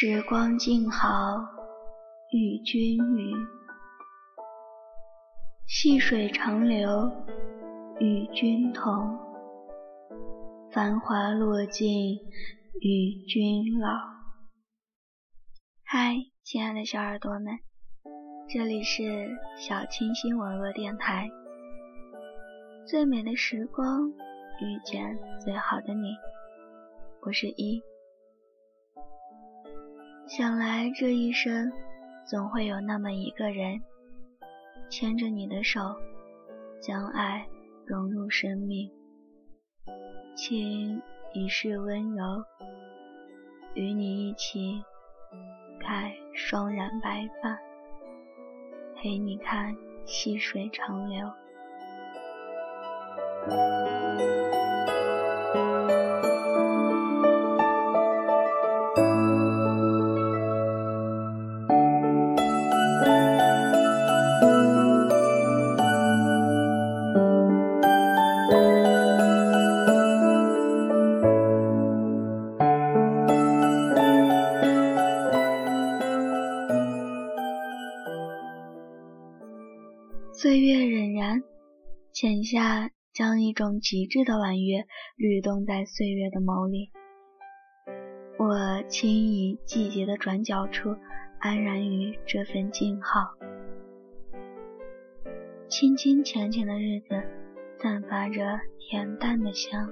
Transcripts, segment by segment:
时光静好，与君语。细水长流，与君同。繁华落尽，与君老。嗨，亲爱的小耳朵们，这里是小清新网络电台。最美的时光，遇见最好的你。我是一。想来这一生，总会有那么一个人，牵着你的手，将爱融入生命。请一世温柔，与你一起盖双染白发，陪你看细水长流。岁月荏苒，浅夏将一种极致的婉约律动在岁月的眸里。我轻倚季节的转角处，安然于这份静好。清清浅浅的日子，散发着恬淡的香。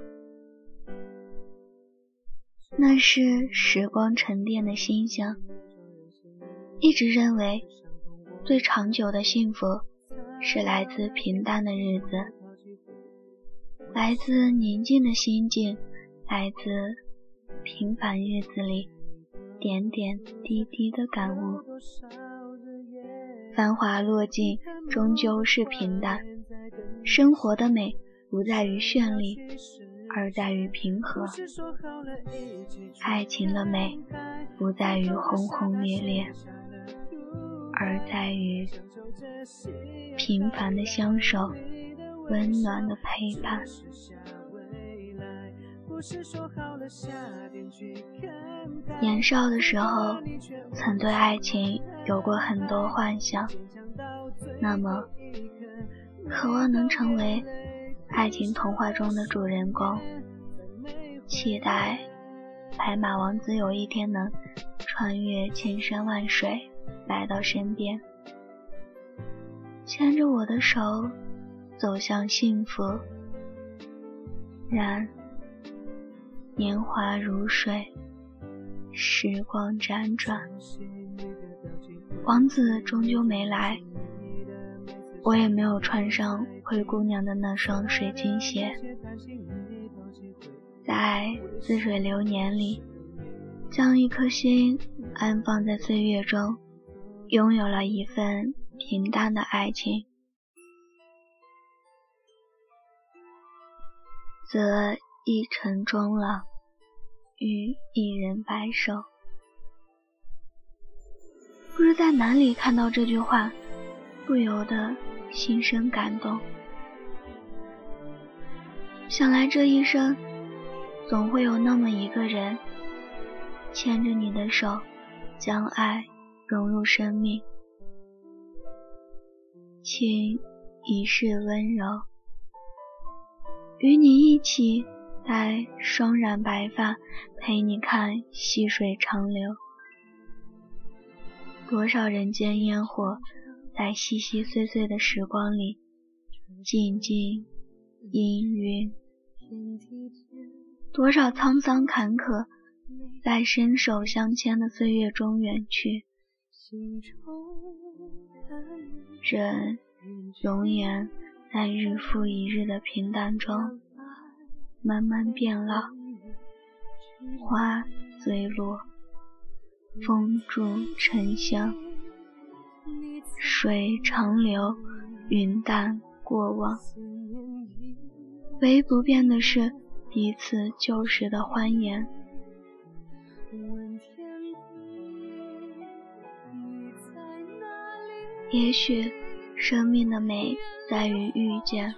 那是时光沉淀的馨香。一直认为，最长久的幸福是来自平淡的日子，来自宁静的心境，来自平凡日子里点点滴滴的感悟。繁华落尽，终究是平淡。生活的美不在于绚丽，而在于平和。爱情的美不在于轰轰烈烈，而在于平凡的相守，温暖的陪伴。年少的时候，曾对爱情有过很多幻想，那么渴望能成为爱情童话中的主人公，期待白马王子有一天能穿越千山万水来到身边，牵着我的手走向幸福。然年华如水，时光辗转，王子终究没来，我也没有穿上灰姑娘的那双水晶鞋。在似水流年里，将一颗心安放在岁月中，拥有了一份平淡的爱情，则一城终老，与一人白首。不知在哪里看到这句话，不由得心生感动。想来这一生，总会有那么一个人，牵着你的手，将爱融入生命。请一世温柔，与你一起戴双染白发，陪你看细水长流。多少人间烟火，在细细碎碎的时光里静静氤氲。多少沧桑坎坷，在伸手相牵的岁月中远去。人永远在日复一日的平淡中慢慢变老，花虽落，风住沉香，水长流，云淡过往。唯不变的是彼此旧时的欢颜。也许生命的美在于遇见，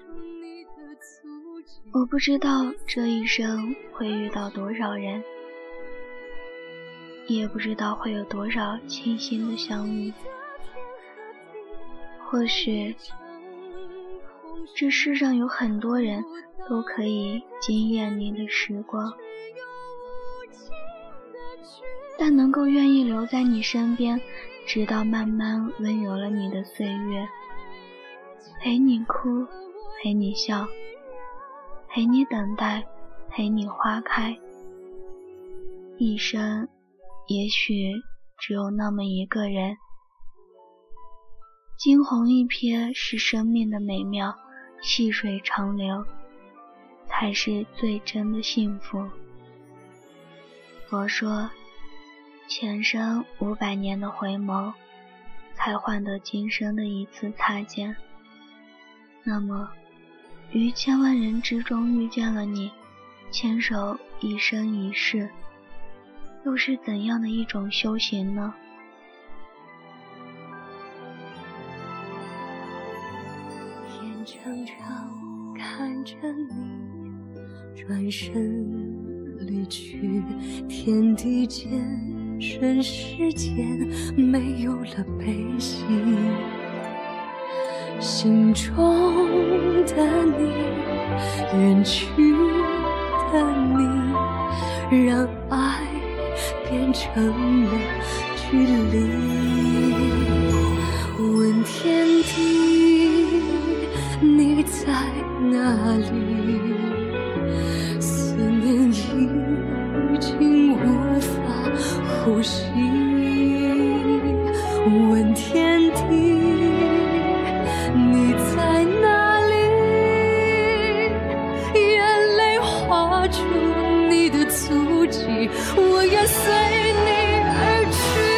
我不知道这一生会遇到多少人， 也不知道会有多少清新的相遇。或许这世上有很多人都可以惊艳你的时光，但能够愿意留在你身边，直到慢慢温柔了你的岁月，陪你哭，陪你笑，陪你等待，陪你花开。一生也许只有那么一个人。惊鸿一瞥是生命的美妙，细水长流才是最真的幸福。佛说，前生500年的回眸，才换得今生的一次擦肩。那么，于千万人之中遇见了你，牵手一生一世，又是怎样的一种修行呢？ 眼睁睁看着你转身离去，天地间瞬时间没有了悲喜，心中的你，远去的你，让爱变成了距离。问天地，你在哪里？思念已经无法呼吸。问天地，你在哪里？眼泪画出你的足迹，我愿随你而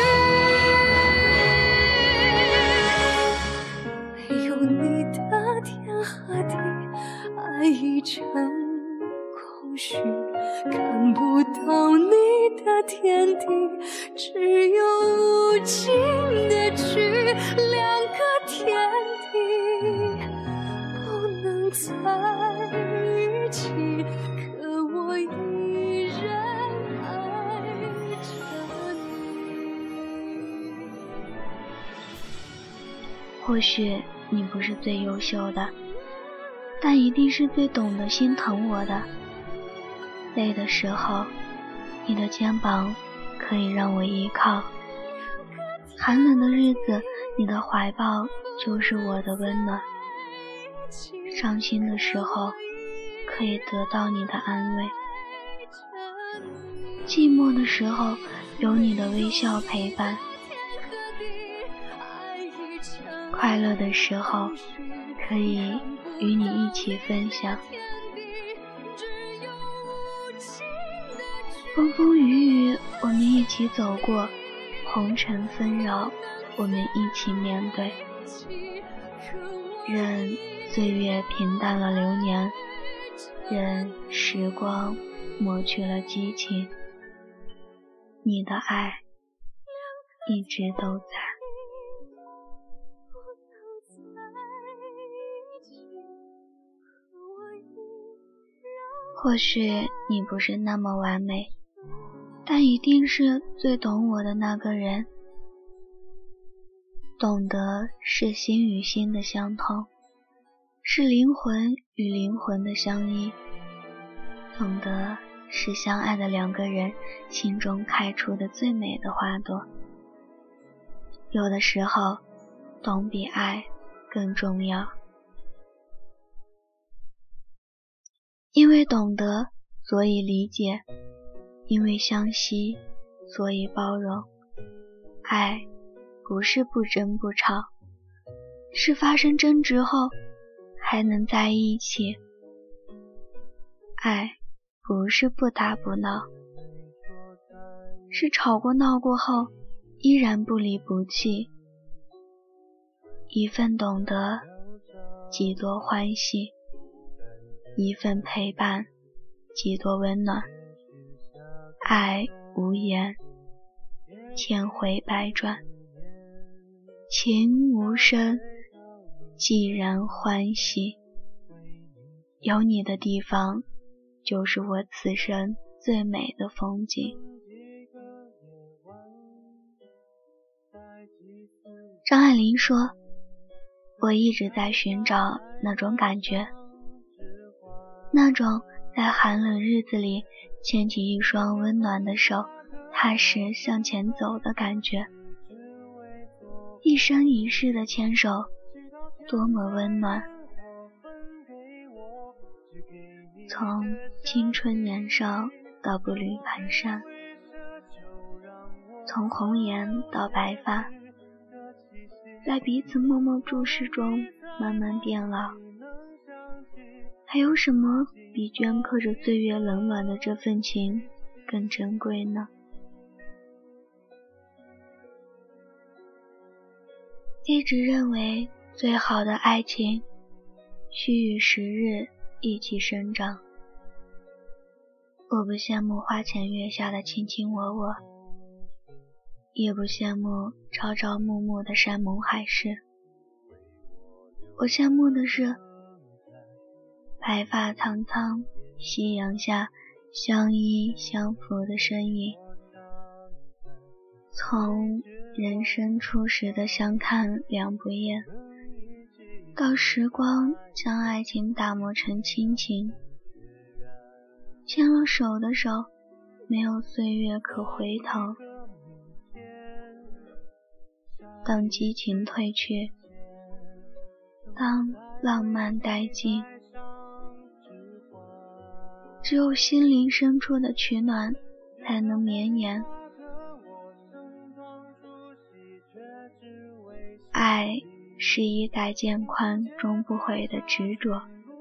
去。没有你的天和地，爱已成空虚，看不到你的天地，只有无尽的距，两个天地不能在一起，可我依然爱着你。 或许你不是最优秀的，但一定是最懂得心疼我的。累的时候，你的肩膀可以让我依靠；寒冷的日子，你的怀抱就是我的温暖；伤心的时候，可以得到你的安慰；寂寞的时候，有你的微笑陪伴；快乐的时候，可以与你一起分享。风风雨雨，我们一起走过；红尘纷扰，我们一起面对。任岁月平淡了流年，任时光抹去了激情，你的爱一直都在。或许你不是那么完美，但一定是最懂我的那个人。懂得是心与心的相通，是灵魂与灵魂的相依。懂得是相爱的两个人心中开出的最美的花朵。有的时候，懂比爱更重要。因为懂得，所以理解；因为相惜，所以包容。爱不是不争不吵，是发生争执后还能在一起。爱不是不打不闹，是吵过闹过后依然不离不弃。一份懂得，几多欢喜；一份陪伴，几多温暖。爱无言，千回百转；情无声，既然欢喜。有你的地方，就是我此生最美的风景。 张爱玲说，我一直在寻找那种感觉，那种在寒冷日子里牵起一双温暖的手，踏实向前走的感觉。一生一世的牵手，多么温暖。从青春年少到步履蹒跚，从红颜到白发，在彼此默默注视中慢慢变老。还有什么比镌刻着岁月冷暖的这份情更珍贵呢？一直认为最好的爱情需与时日一起生长。我不羡慕花前月下的卿卿我我，也不羡慕朝朝暮暮的山盟海誓。我羡慕的是白发苍苍，夕阳下相依相扶的身影。从人生初时的相看两不厌，到时光将爱情打磨成亲情，牵了手的手，没有岁月可回头。当激情褪去，当浪漫殆尽，只有心灵深处的取暖才能绵延。爱是一代渐宽终不悔的执着，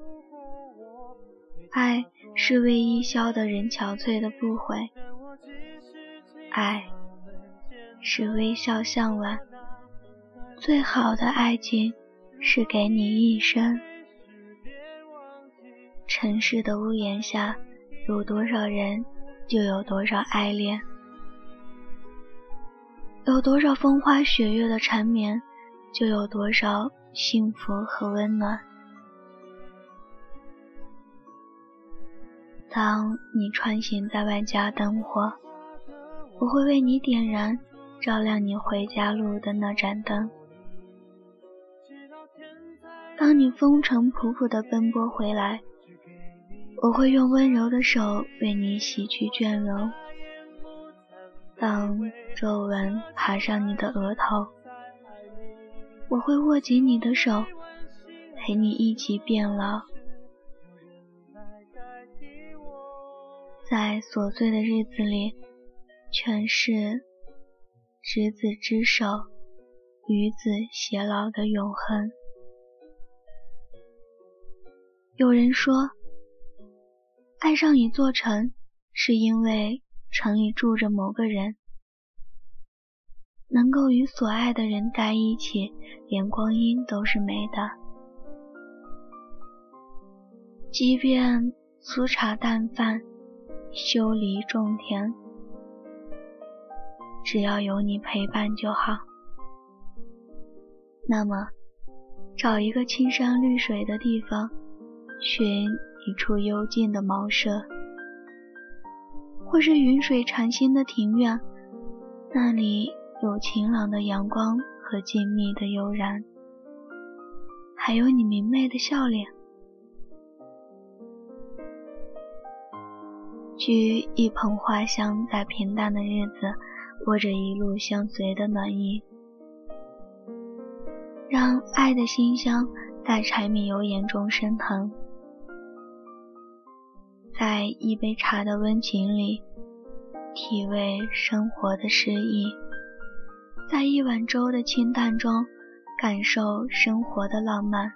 爱是为伊消得人憔悴的不悔，爱是微笑向晚。最好的爱情是给你一生。城市的屋檐下，有多少人，就有多少爱恋，有多少风花雪月的缠绵，就有多少幸福和温暖。当你穿行在万家灯火，我会为你点燃照亮你回家路的那盏灯。当你风尘仆仆地奔波回来，我会用温柔的手为你洗去倦容。当皱纹爬上你的额头，我会握紧你的手，陪你一起变老。在琐碎的日子里，全是执子之手，与子偕老的永恒。有人说，爱上一座城，是因为城里住着某个人。能够与所爱的人在一起，连光阴都是美的。即便粗茶淡饭，修篱种田，只要有你陪伴就好。那么，找一个青山绿水的地方，寻一处幽静的茅舍，或是云水禅心的庭院，那里有晴朗的阳光和静谧的悠然，还有你明媚的笑脸。掬一捧花香，在平淡的日子握着一路相随的暖意，让爱的馨香在柴米油盐中升腾。在一杯茶的温情里体味生活的诗意，在一碗粥的清淡中感受生活的浪漫。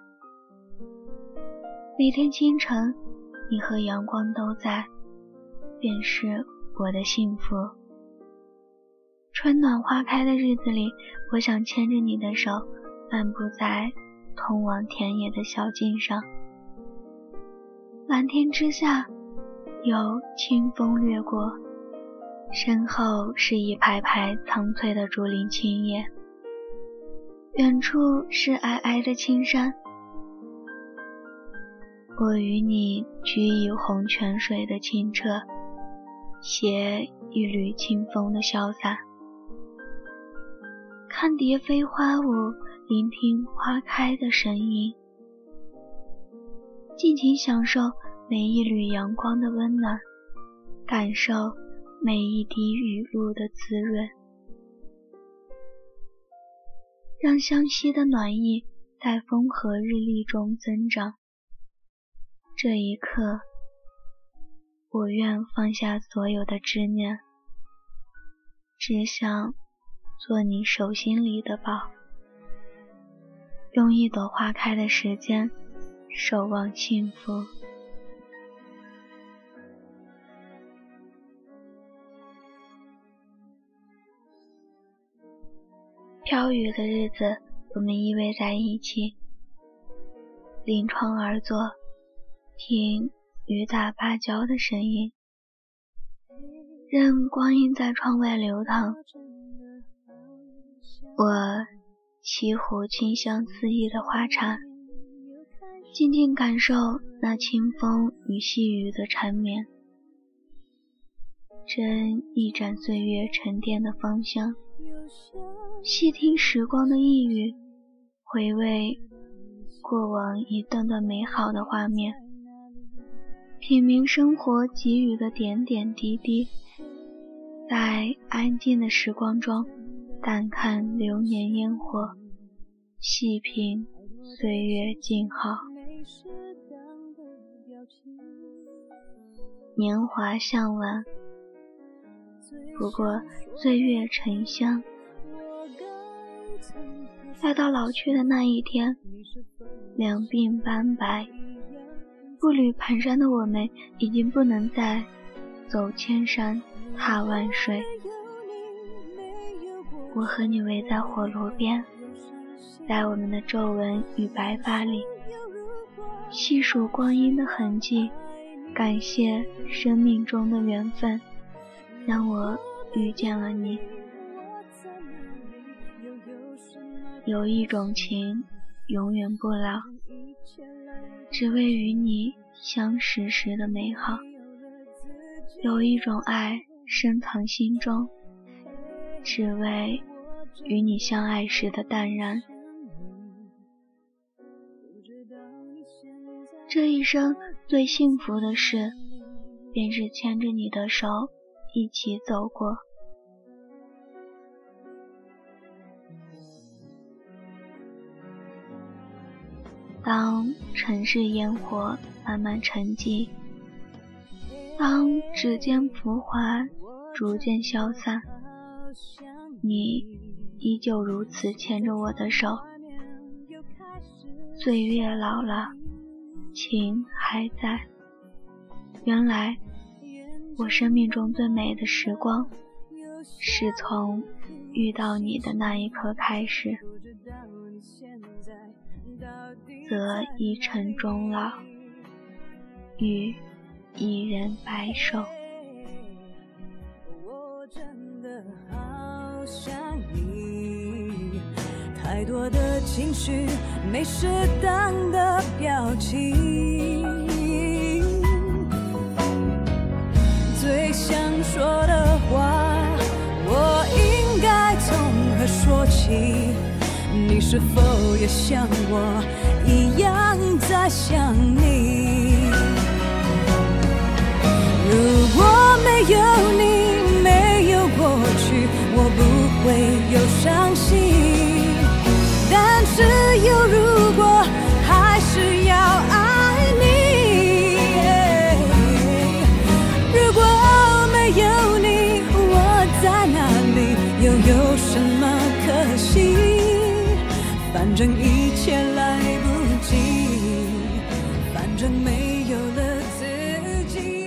每天清晨你和阳光都在，便是我的幸福。春暖花开的日子里，我想牵着你的手，漫步在通往田野的小径上。蓝天之下，有清风掠过，身后是一排排苍翠的竹林青叶，远处是皑皑的青山。我与你掬一泓泉水的清澈，携一缕清风的潇洒， 看蝶飞花舞，聆听花开的声音，尽情享受每一缕阳光的温暖，感受每一滴雨露的滋润，让湘西的暖意在风和日丽中增长。这一刻，我愿放下所有的执念，只想做你手心里的宝，用一朵花开的时间守望幸福。飘雨的日子，我们依偎在一起，临窗而坐，听雨打芭蕉的声音，任光阴在窗外流淌。我沏壶清香四溢的花茶，静静感受那清风与细雨的缠绵，斟一盏岁月沉淀的芳香，细听时光的呓语，回味过往一段段美好的画面，品茗生活给予的点点滴滴，在安静的时光中淡看流年烟火，细品岁月静好。年华向晚，不过岁月沉香。待到老去的那一天，两鬓斑白，步履蹒跚的我们已经不能再走千山踏万水。我和你围在火炉边，在我们的皱纹与白发里细数光阴的痕迹，感谢生命中的缘分，让我遇见了你。有一种情永远不老，只为与你相识时的美好。有一种爱深藏心中，只为与你相爱时的淡然。这一生最幸福的事，便是牵着你的手一起走过。当城市烟火慢慢沉寂，当指尖浮华逐渐消散，你依旧如此牵着我的手。岁月老了，情还在。原来我生命中最美的时光，是从遇到你的那一刻开始。则一尘终老，与一人白首。 我真的好想你，太多的情绪，没适当的表情，最想说的话，我应该从何说起？你是否也像我一样在想你？如果没有你，没有过去，我不会有伤心。但是有如果，还是要爱你。如果没有你，我在哪里，又有什么可惜？反正一切来不及，反正没有了自己。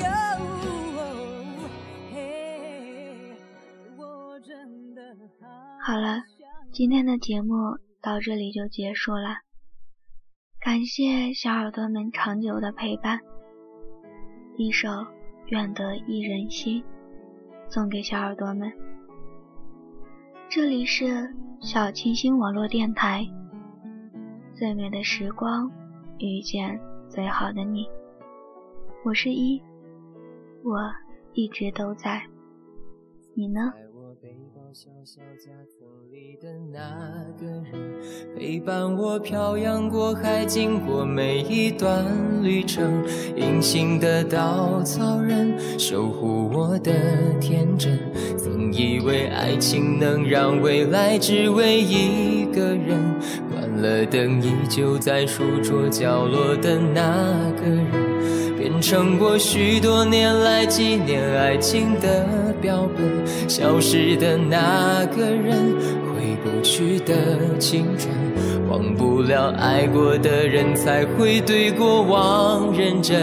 好了，今天的节目到这里就结束了，感谢小耳朵们长久的陪伴。一首《愿得一人心》送给小耳朵们。这里是小清新网络电台，最美的时光遇见最好的你。我是一，我一直都在。你呢？ 小小夹层里的那个人，陪伴我漂洋过海，经过每一段旅程。隐形的稻草人，守护我的天真。曾以为爱情能让未来只为一个人，关了灯依旧在书桌角落的那个人，变成我许多年来纪念爱情的标本。消失的那个人，回不去的青春，忘不了爱过的人，才会对过往认真。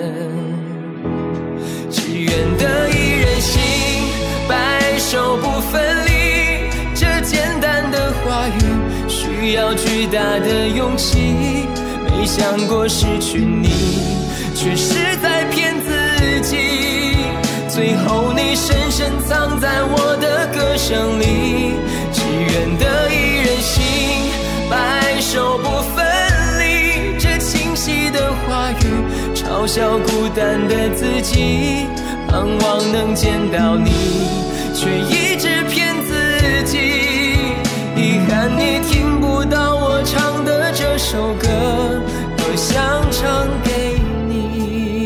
只愿得一人心，白首不分离，这简单的话语需要巨大的勇气。没想过失去你，却是在骗自己。最后你深深藏在我的歌声里，只愿得一人心，白首不分离。这清晰的话语嘲笑孤单的自己，盼望能见到你，却一直骗自己。遗憾你听不到我唱的这首歌，多想唱给你。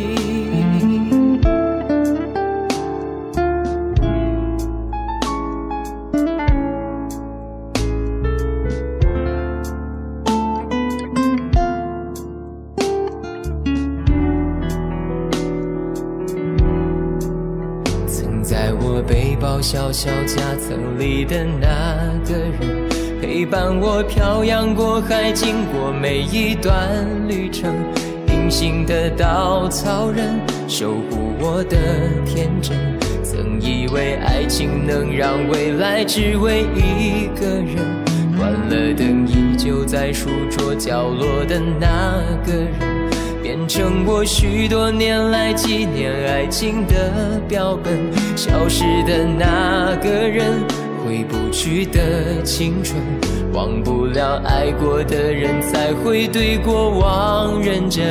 曾在我背包小小夹层里的那个人，陪伴我漂洋过海，经过每一段旅程。隐形的稻草人，守护我的天真。曾以为爱情能让未来只为一个人，关了灯依旧在书桌角落的那个人，变成我许多年来纪念爱情的标本。消失的那个人，回不去的青春，忘不了爱过的人，才会对过往认真。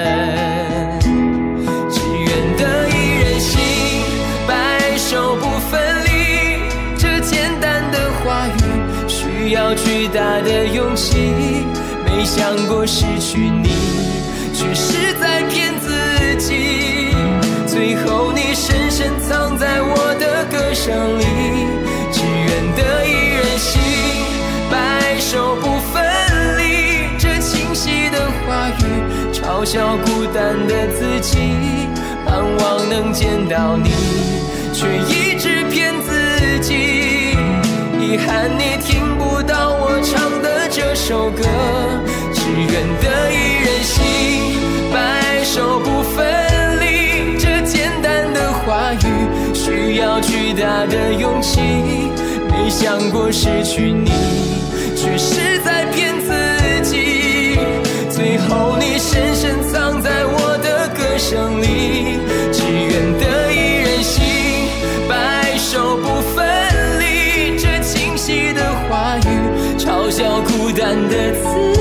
只愿得一人心，白首不分离。这简单的话语需要巨大的勇气。没想过失去你，却是在骗自己。最后你深深藏在我的歌声里，只愿得一人心，白首不分离。这清晰的话语嘲笑孤单的自己，盼望能见到你，却一直骗自己。遗憾你听不到我唱的这首歌，只愿得一人心，白首不分离。这简单的话语需要巨大的勇气。没想过失去你，却是在骗自己。最后你深深藏在我的歌声里，只愿得一人心，白首不分离。这清晰的话语嘲笑孤单的自己。